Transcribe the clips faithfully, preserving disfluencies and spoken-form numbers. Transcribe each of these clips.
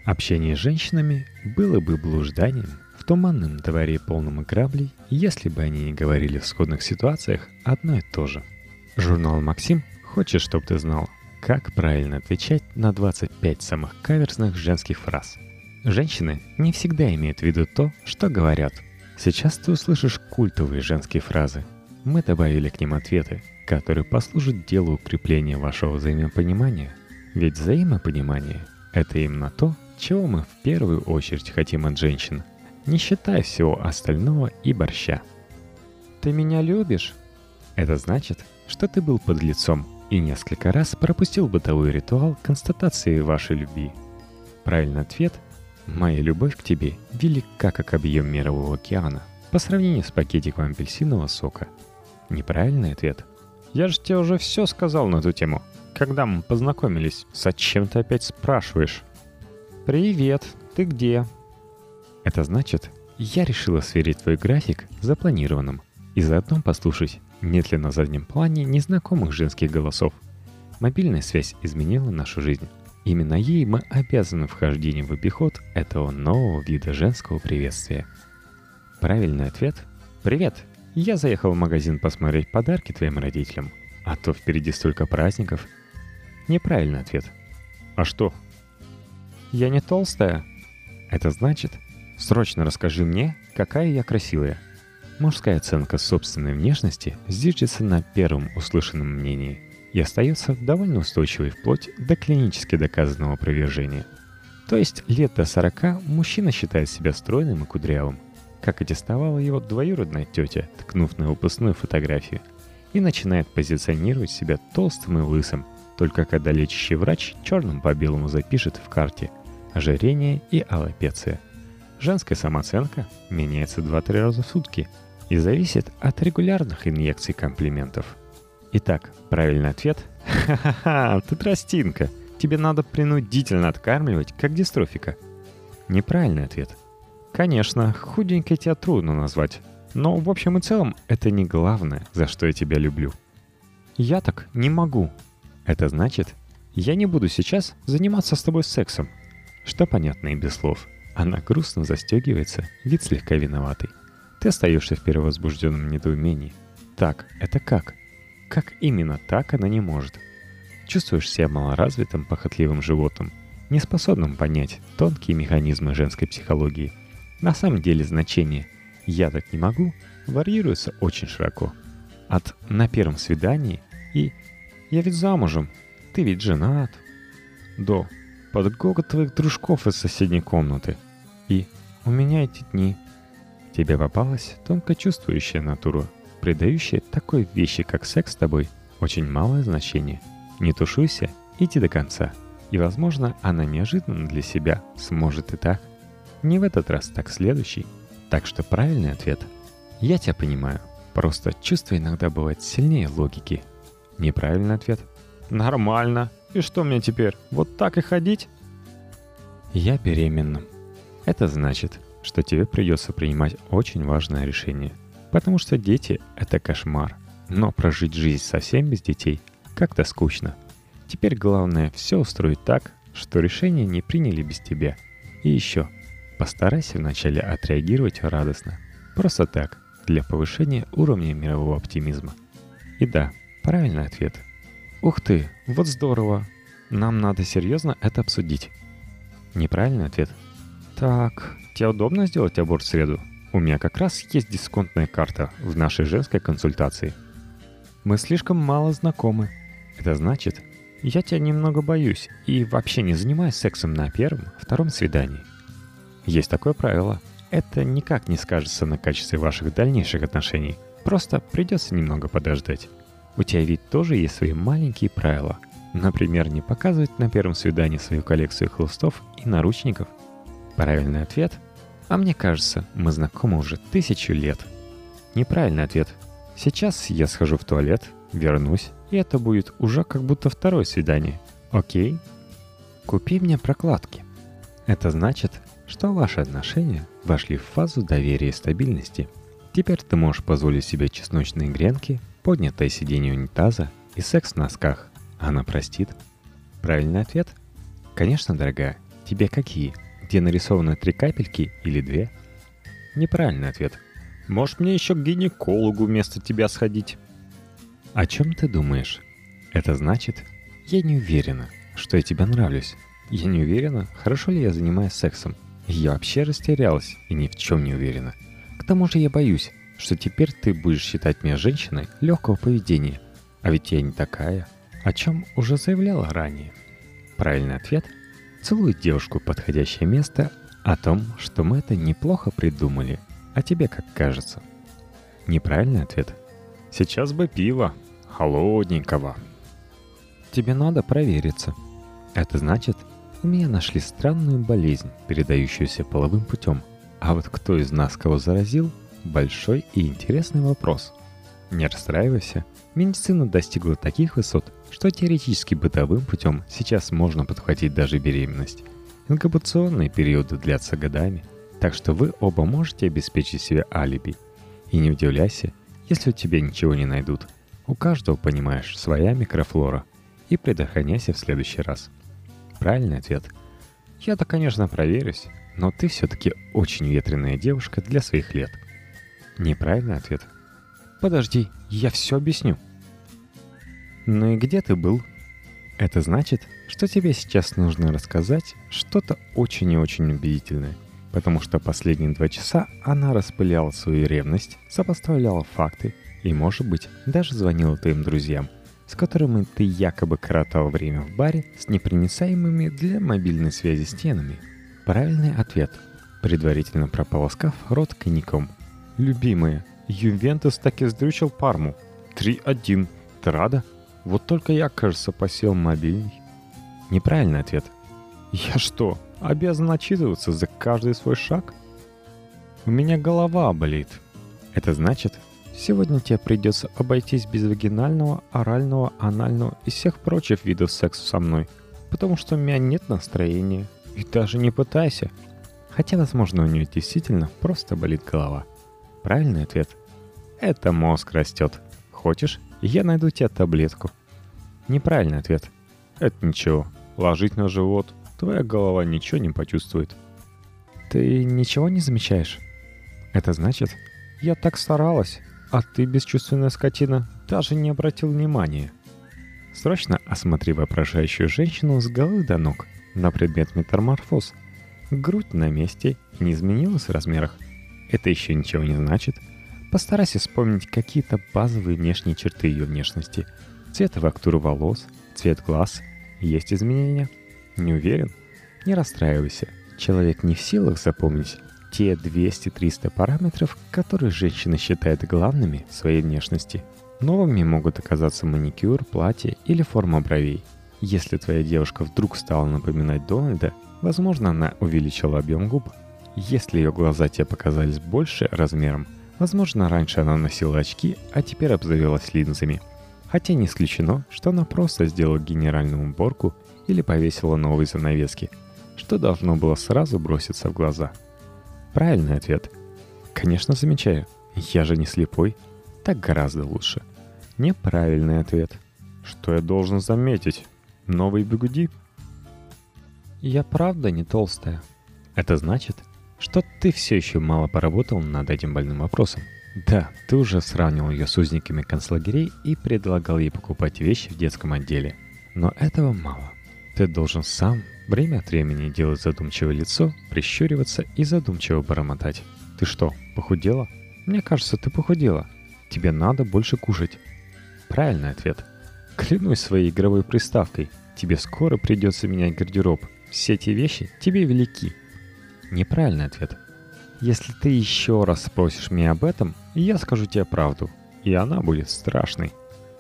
Общение с женщинами было бы блужданием в туманном дворе, полном граблей, если бы они не говорили в сходных ситуациях одно и то же. Журнал «Максим» хочет, чтобы ты знал, как правильно отвечать на двадцать пять самых каверзных женских фраз. Женщины не всегда имеют в виду то, что говорят. Сейчас ты услышишь культовые женские фразы. Мы добавили к ним ответы, которые послужат делу укрепления вашего взаимопонимания. Ведь взаимопонимание – это именно то, чего мы в первую очередь хотим от женщин, не считая всего остального и борща. «Ты меня любишь?» Это значит, что ты был подлецом и несколько раз пропустил бытовой ритуал констатации вашей любви. Правильный ответ – «Моя любовь к тебе велика, как объем мирового океана, по сравнению с пакетиком апельсинового сока». Неправильный ответ – «Я же тебе уже все сказал на эту тему. Когда мы познакомились, зачем ты опять спрашиваешь?» «Привет, ты где?» Это значит, я решила сверить твой график с запланированным и заодно послушать, нет ли на заднем плане незнакомых женских голосов. Мобильная связь изменила нашу жизнь. Именно ей мы обязаны вхождением в обиход этого нового вида женского приветствия. Правильный ответ – «Привет, я заехал в магазин посмотреть подарки твоим родителям, а то впереди столько праздников». Неправильный ответ – «А что?» «Я не толстая?» Это значит, срочно расскажи мне, какая я красивая. Мужская оценка собственной внешности зиждется на первом услышанном мнении и остается довольно устойчивой вплоть до клинически доказанного опровержения. То есть лет до сорока мужчина считает себя стройным и кудрявым, как аттестовала его двоюродная тетя, ткнув на выпускную фотографию, и начинает позиционировать себя толстым и лысым, только когда лечащий врач черным по белому запишет в карте ожирение и аллопеция. Женская самооценка меняется два-три раза в сутки и зависит от регулярных инъекций комплиментов. Итак, правильный ответ – «Ха-ха-ха, ты тростинка, тебе надо принудительно откармливать, как дистрофика». Неправильный ответ – «Конечно, худенькой тебя трудно назвать, но в общем и целом это не главное, за что я тебя люблю». «Я так не могу». Это значит, я не буду сейчас заниматься с тобой сексом. Что понятно и без слов. Она грустно застегивается, вид слегка виноватый. Ты остаешься в первовозбужденном недоумении. Так, это как? Как именно так она не может? Чувствуешь себя малоразвитым, похотливым животным, неспособным понять тонкие механизмы женской психологии. На самом деле значение «я так не могу» варьируется очень широко. От «на первом свидании» и «я ведь замужем, ты ведь женат» до «под гогот твоих дружков из соседней комнаты» и «у меня эти дни». Тебе попалась тонко чувствующая натура, придающая такой вещи, как секс с тобой, очень малое значение. Не тушуйся, иди до конца. И, возможно, она неожиданно для себя сможет и так. Не в этот раз, так в следующий. Так что правильный ответ – я тебя понимаю. Просто чувство иногда бывает сильнее логики. Неправильный ответ – нормально. И что мне теперь, вот так и ходить? Я беременна. Это значит, что тебе придется принимать очень важное решение. Потому что дети – это кошмар. Но прожить жизнь совсем без детей как-то скучно. Теперь главное все устроить так, что решение не приняли без тебя. И еще, постарайся вначале отреагировать радостно. Просто так, для повышения уровня мирового оптимизма. И да, правильный ответ. Ух ты, вот здорово. Нам надо серьезно это обсудить. Неправильный ответ. Так, тебе удобно сделать аборт в среду? У меня как раз есть дисконтная карта в нашей женской консультации. Мы слишком мало знакомы. Это значит, я тебя немного боюсь и вообще не занимаюсь сексом на первом, втором свидании. Есть такое правило. Это никак не скажется на качестве ваших дальнейших отношений. Просто придется немного подождать. У тебя ведь тоже есть свои маленькие правила. Например, не показывать на первом свидании свою коллекцию хлыстов и наручников. Правильный ответ – а мне кажется, мы знакомы уже тысячу лет. Неправильный ответ. Сейчас я схожу в туалет, вернусь, и это будет уже как будто второе свидание. Окей? Купи мне прокладки. Это значит, что ваши отношения вошли в фазу доверия и стабильности. Теперь ты можешь позволить себе чесночные гренки, поднятое сиденье унитаза и секс в носках. Она простит. Правильный ответ? Конечно, дорогая, тебе какие? Где нарисованы три капельки или две? Неправильный ответ. Может, мне еще к гинекологу вместо тебя сходить? О чем ты думаешь? Это значит, я не уверена, что я тебе нравлюсь. Я не уверена, хорошо ли я занимаюсь сексом. Я вообще растерялась и ни в чем не уверена. К тому же я боюсь, что теперь ты будешь считать меня женщиной легкого поведения. А ведь я не такая, о чем уже заявляла ранее. Правильный ответ – целует девушку в подходящее место о том, что мы это неплохо придумали. А тебе как кажется? Неправильный ответ – сейчас бы пиво, холодненького. Тебе надо провериться. Это значит, у меня нашли странную болезнь, передающуюся половым путем. А вот кто из нас кого заразил – большой и интересный вопрос. Не расстраивайся, медицина достигла таких высот, что теоретически бытовым путем сейчас можно подхватить даже беременность. Инкубационные периоды длятся годами, так что вы оба можете обеспечить себе алиби. И не удивляйся, если у тебя ничего не найдут. У каждого, понимаешь, своя микрофлора. И предохраняйся в следующий раз. Правильный ответ. Я-то, конечно, проверюсь, но ты все-таки очень ветреная девушка для своих лет. Неправильный ответ. Подожди, я все объясню. Ну и где ты был? Это значит, что тебе сейчас нужно рассказать что-то очень и очень убедительное, потому что последние два часа она распыляла свою ревность, сопоставляла факты и, может быть, даже звонила твоим друзьям, с которыми ты якобы коротал время в баре с непроницаемыми для мобильной связи стенами. Правильный ответ. Предварительно прополоскав рот коньяком. Любимая, Ювентус таки сдрючил Парму. три один. Ты рада? Вот только я, кажется, посел мобильный. Неправильный ответ. Я что, обязан отчитываться за каждый свой шаг? У меня голова болит. Это значит, сегодня тебе придется обойтись без вагинального, орального, анального и всех прочих видов секса со мной, потому что у меня нет настроения. И даже не пытайся. Хотя, возможно, у нее действительно просто болит голова. Правильный ответ. Это мозг растет. Хочешь, я найду тебе таблетку. Неправильный ответ. Это ничего. Ложить на живот. Твоя голова ничего не почувствует. Ты ничего не замечаешь? Это значит, я так старалась, а ты, бесчувственная скотина, даже не обратил внимания. Срочно осмотри вопрошающую женщину с головы до ног на предмет метаморфоз. Грудь на месте и не изменилась в размерах. Это еще ничего не значит. Постарайся вспомнить какие-то базовые внешние черты ее внешности. Цвет и фактуру волос, цвет глаз. Есть изменения? Не уверен? Не расстраивайся. Человек не в силах запомнить те двести-триста параметров, которые женщина считает главными в своей внешности. Новыми могут оказаться маникюр, платье или форма бровей. Если твоя девушка вдруг стала напоминать Дональда, возможно, она увеличила объем губ. Если ее глаза тебе показались больше размером, возможно, раньше она носила очки, а теперь обзавелась линзами. Хотя не исключено, что она просто сделала генеральную уборку или повесила новые занавески, что должно было сразу броситься в глаза. Правильный ответ. Конечно, замечаю. Я же не слепой. Так гораздо лучше. Неправильный ответ. Что я должен заметить? Новые бигуди? Я правда не толстая. Это значит, что ты все еще мало поработал над этим больным вопросом. Да, ты уже сравнивал ее с узниками концлагерей и предлагал ей покупать вещи в детском отделе. Но этого мало. Ты должен сам время от времени делать задумчивое лицо, прищуриваться и задумчиво бормотать. Ты что, похудела? Мне кажется, ты похудела. Тебе надо больше кушать. Правильный ответ. Клянусь своей игровой приставкой. Тебе скоро придется менять гардероб. Все эти вещи тебе велики. Неправильный ответ. Если ты еще раз спросишь меня об этом, я скажу тебе правду. И она будет страшной.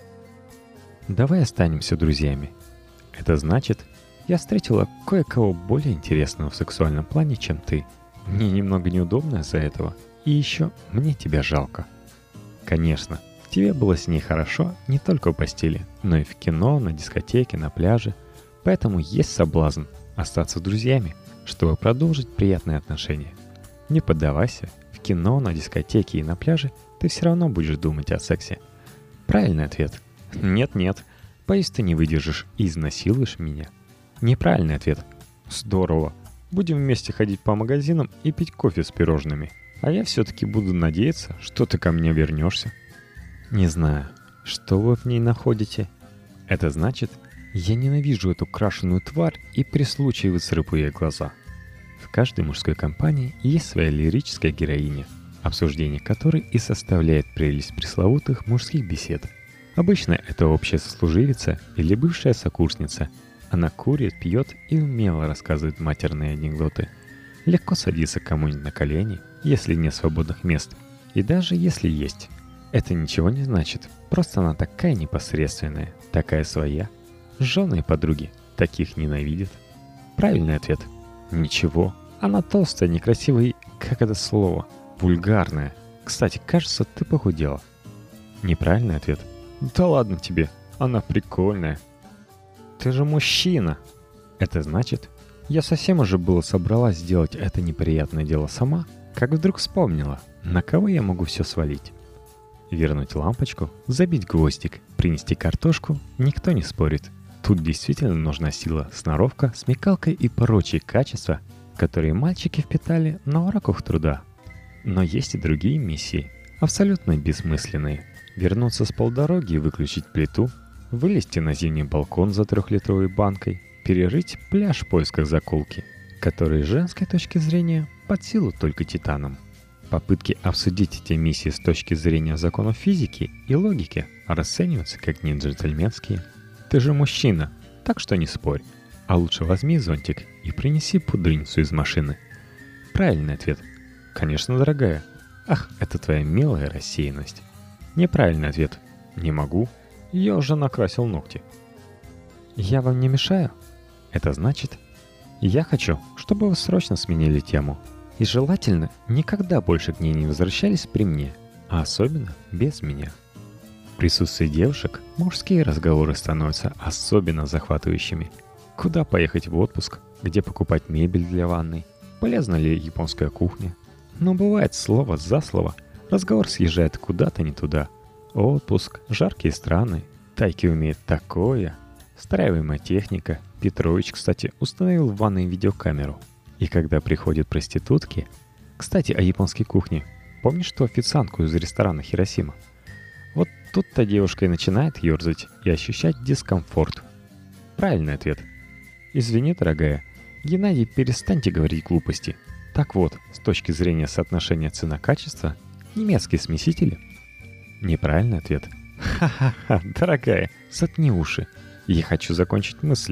Давай останемся друзьями. Это значит, я встретила кое-кого более интересного в сексуальном плане, чем ты. Мне немного неудобно из-за этого. И еще мне тебя жалко. Конечно, тебе было с ней хорошо не только в постели, но и в кино, на дискотеке, на пляже. Поэтому есть соблазн остаться друзьями, чтобы продолжить приятные отношения. Не поддавайся. В кино, на дискотеке и на пляже ты все равно будешь думать о сексе. Правильный ответ. Нет-нет. Боюсь, ты не выдержишь и изнасилуешь меня. Неправильный ответ. Здорово. Будем вместе ходить по магазинам и пить кофе с пирожными. А я все-таки буду надеяться, что ты ко мне вернешься. Не знаю, что вы в ней находите. Это значит, я ненавижу эту крашеную тварь и при случае выцарапаю ей глаза. В каждой мужской компании есть своя лирическая героиня, обсуждение которой и составляет прелесть пресловутых мужских бесед. Обычно это общая сослуживица или бывшая сокурсница. Она курит, пьет и умело рассказывает матерные анекдоты. Легко садится кому-нибудь на колени, если нет свободных мест. И даже если есть, это ничего не значит. Просто она такая непосредственная, такая своя. Жены и подруги таких ненавидят. Правильный ответ. Ничего. Она толстая, некрасивая и, как это слово, вульгарная. Кстати, кажется, ты похудела. Неправильный ответ. Да ладно тебе, она прикольная. Ты же мужчина. Это значит, я совсем уже было собралась сделать это неприятное дело сама, как вдруг вспомнила, на кого я могу все свалить. Вернуть лампочку, забить гвоздик, принести картошку — никто не спорит. Тут действительно нужна сила, сноровка, смекалка и прочие качества, которые мальчики впитали на уроках труда. Но есть и другие миссии, абсолютно бессмысленные. Вернуться с полдороги и выключить плиту, вылезти на зимний балкон за трехлитровой банкой, перерыть пляж в поисках заколки, которые с женской точки зрения под силу только титанам. Попытки обсудить эти миссии с точки зрения законов физики и логики расцениваются как не джентльменские. Ты же мужчина, так что не спорь. А лучше возьми зонтик и принеси пудреницу из машины. Правильный ответ. Конечно, дорогая. Ах, это твоя милая рассеянность. Неправильный ответ. Не могу. Я уже накрасил ногти. Я вам не мешаю? Это значит, я хочу, чтобы вы срочно сменили тему. И желательно никогда больше к ней не возвращались при мне, а особенно без меня. В присутствии девушек мужские разговоры становятся особенно захватывающими. Куда поехать в отпуск, где покупать мебель для ванной, полезна ли японская кухня. Но бывает слово за слово, разговор съезжает куда-то не туда. Отпуск, жаркие страны, Тайки умеет такое. Встраиваемая техника. Петрович, кстати, установил в ванной видеокамеру. И когда приходят проститутки... Кстати, о японской кухне. Помнишь ту официантку из ресторана Хиросима? Вот тут-то девушка и начинает ерзать и ощущать дискомфорт. Правильный ответ. Извини, дорогая. Геннадий, перестаньте говорить глупости. Так вот, с точки зрения соотношения цена-качество, немецкие смесители. Неправильный ответ. Ха-ха-ха, дорогая, заткни уши. Я хочу закончить мысль.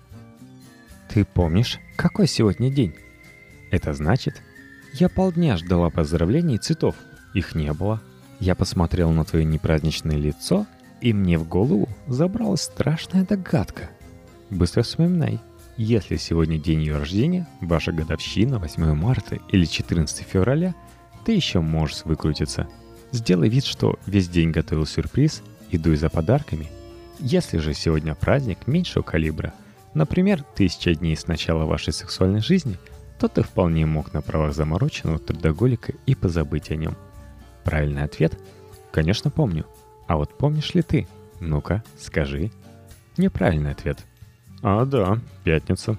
Ты помнишь, какой сегодня день? Это значит, я полдня ждала поздравлений и цветов. Их не было. Я посмотрел на твое непраздничное лицо, и мне в голову забралась страшная догадка. Быстро вспоминай. Если сегодня день ее рождения, ваша годовщина, восьмое марта или четырнадцатое февраля, ты еще можешь выкрутиться. Сделай вид, что весь день готовил сюрприз и дуй за подарками. Если же сегодня праздник меньшего калибра, например, тысяча дней с начала вашей сексуальной жизни, то ты вполне мог на правах замороченного трудоголика и позабыть о нем. Правильный ответ? Конечно, помню. А вот помнишь ли ты? Ну-ка, скажи. Неправильный ответ. А, да, пятница.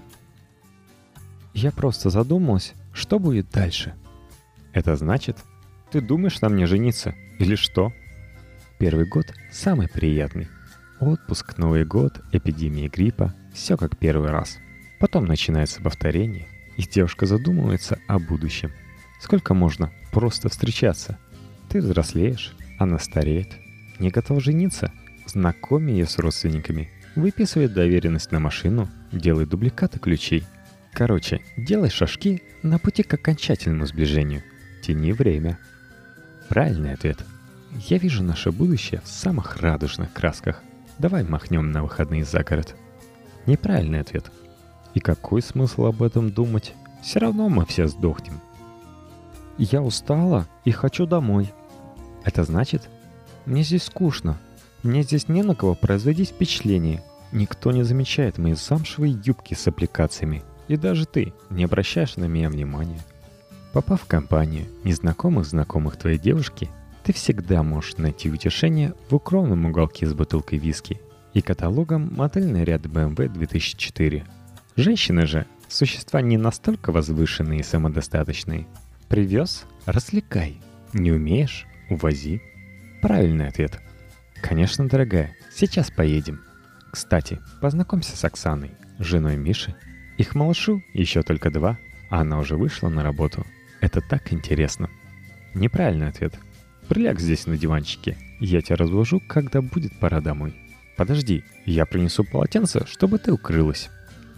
Я просто задумалась, что будет дальше. Это значит, ты думаешь на мне жениться или что? Первый год самый приятный. Отпуск, Новый год, эпидемия гриппа. Все как первый раз. Потом начинается повторение, и девушка задумывается о будущем. Сколько можно просто встречаться? Ты взрослеешь, она стареет. Не готов жениться? Знакомь ее с родственниками. Выписывай доверенность на машину, делай дубликаты ключей. Короче, делай шажки на пути к окончательному сближению. Тяни время. Правильный ответ. Я вижу наше будущее в самых радужных красках. Давай махнем на выходные за город. Неправильный ответ. И какой смысл об этом думать? Все равно мы все сдохнем. Я устала и хочу домой. Это значит, мне здесь скучно. Мне здесь не на кого производить впечатление. Никто не замечает мои замшевые юбки с аппликациями. И даже ты не обращаешь на меня внимания. Попав в компанию незнакомых знакомых твоей девушки, ты всегда можешь найти утешение в укромном уголке с бутылкой виски и каталогом модельный ряд бэ эм вэ две тысячи четыре. Женщины же Существа не настолько возвышенные и самодостаточные. Привез – развлекай. Не умеешь – увози. Правильный ответ. Конечно, дорогая, сейчас поедем. Кстати, познакомься с Оксаной, женой Миши. Их малышу еще только два, а она уже вышла на работу. Это так интересно. Неправильный ответ. Приляг здесь на диванчике, я тебя разложу, когда будет пора домой. Подожди, я принесу полотенце, чтобы ты укрылась.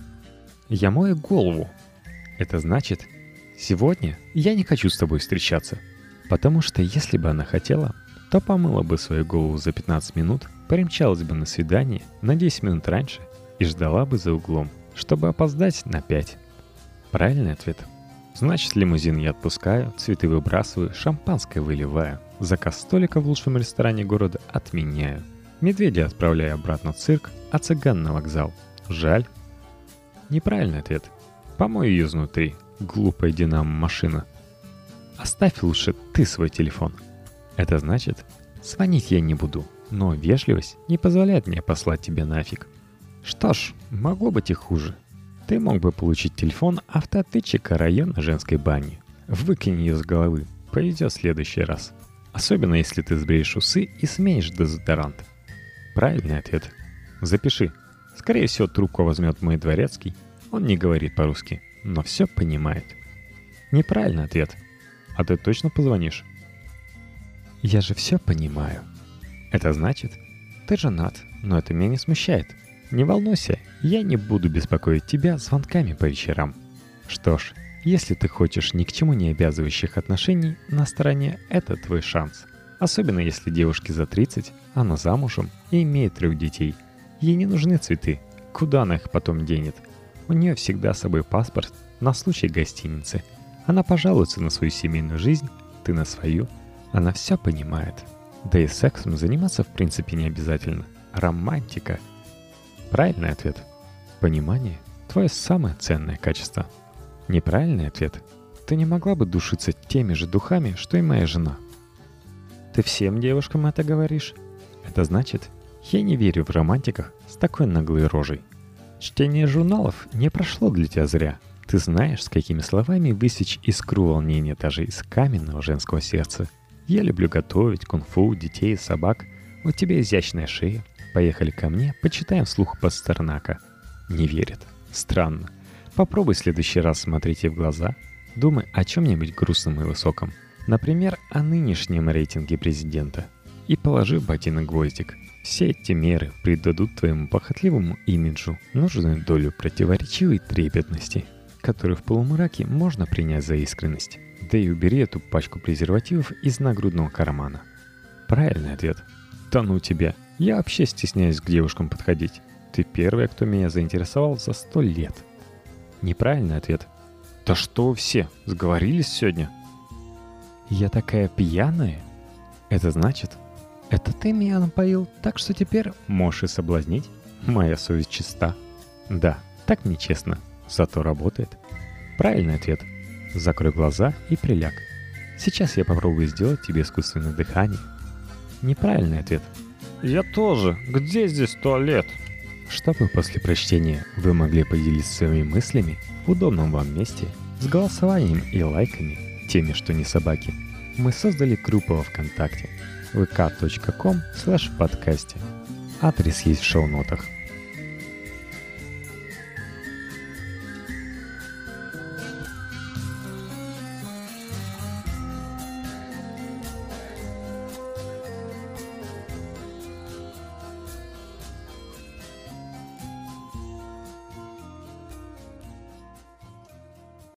Я мою голову. Это значит, сегодня я не хочу с тобой встречаться. Потому что если бы она хотела, то помыла бы свою голову за пятнадцать минут, примчалась бы на свидание на десять минут раньше и ждала бы за углом, чтобы опоздать на пять. Правильный ответ. Значит, лимузин я отпускаю, цветы выбрасываю, шампанское выливаю, заказ столика в лучшем ресторане города отменяю. Медведя отправляю обратно в цирк, а цыган на вокзал. Жаль. Неправильный ответ. Помой ее изнутри, глупая динамо-машина. Оставь лучше ты свой телефон. Это значит, звонить я не буду, но вежливость не позволяет мне послать тебя нафиг. Что ж, могло быть и хуже. Ты мог бы получить телефон автоответчика района женской бани. Выкинь ее с головы, повезет в следующий раз. Особенно если ты сбреешь усы и сменишь дезодорант. Правильный ответ. Запиши. Скорее всего, трубку возьмет мой дворецкий. Он не говорит по-русски, но все понимает. Неправильный ответ. А ты точно позвонишь? Я же все понимаю. Это значит, ты женат, но это меня не смущает. Не волнуйся, я не буду беспокоить тебя звонками по вечерам. Что ж, если ты хочешь ни к чему не обязывающих отношений, на стороне это твой шанс. Особенно если девушке за тридцать, она замужем и имеет трех детей. Ей не нужны цветы. Куда она их потом денет? У нее всегда с собой паспорт на случай гостиницы. Она пожалуется на свою семейную жизнь, ты на свою. Она все понимает. Да и сексом заниматься в принципе не обязательно. Романтика. Правильный ответ. Понимание – твое самое ценное качество. Неправильный ответ. Ты не могла бы душиться теми же духами, что и моя жена. Ты всем девушкам это говоришь? Это значит, я не верю в романтиках с такой наглой рожей. Чтение журналов не прошло для тебя зря. Ты знаешь, с какими словами высечь искру волнения даже из каменного женского сердца. Я люблю готовить, кунг-фу, детей и собак. У тебя изящная шея. Поехали ко мне, почитаем вслух Пастернака. Не верит. Странно. Попробуй в следующий раз смотреть ей в глаза. Думай о чем-нибудь грустном и высоком. Например, о нынешнем рейтинге президента. И положи в ботинок гвоздик. Все эти меры придадут твоему похотливому имиджу нужную долю противоречивой трепетности, которую в полумраке можно принять за искренность. Да и убери эту пачку презервативов из нагрудного кармана. Правильный ответ. Да ну тебя. Я вообще стесняюсь к девушкам подходить. Ты первая, кто меня заинтересовал за сто лет. Неправильный ответ. Да что вы все, сговорились сегодня? Я такая пьяная? Это значит, это ты меня напоил, так что теперь можешь и соблазнить. Моя совесть чиста. Да, так нечестно, зато работает. Правильный ответ. Закрой глаза и приляг. Сейчас я попробую сделать тебе искусственное дыхание. Неправильный ответ. Я тоже. Где здесь туалет? Чтобы после прочтения вы могли поделиться своими мыслями в удобном вам месте, с голосованием и лайками, теми, что не собаки, мы создали группу во ВКонтакте вэ ка точка ком слэш подкасте. Адрес есть в шоу-нотах.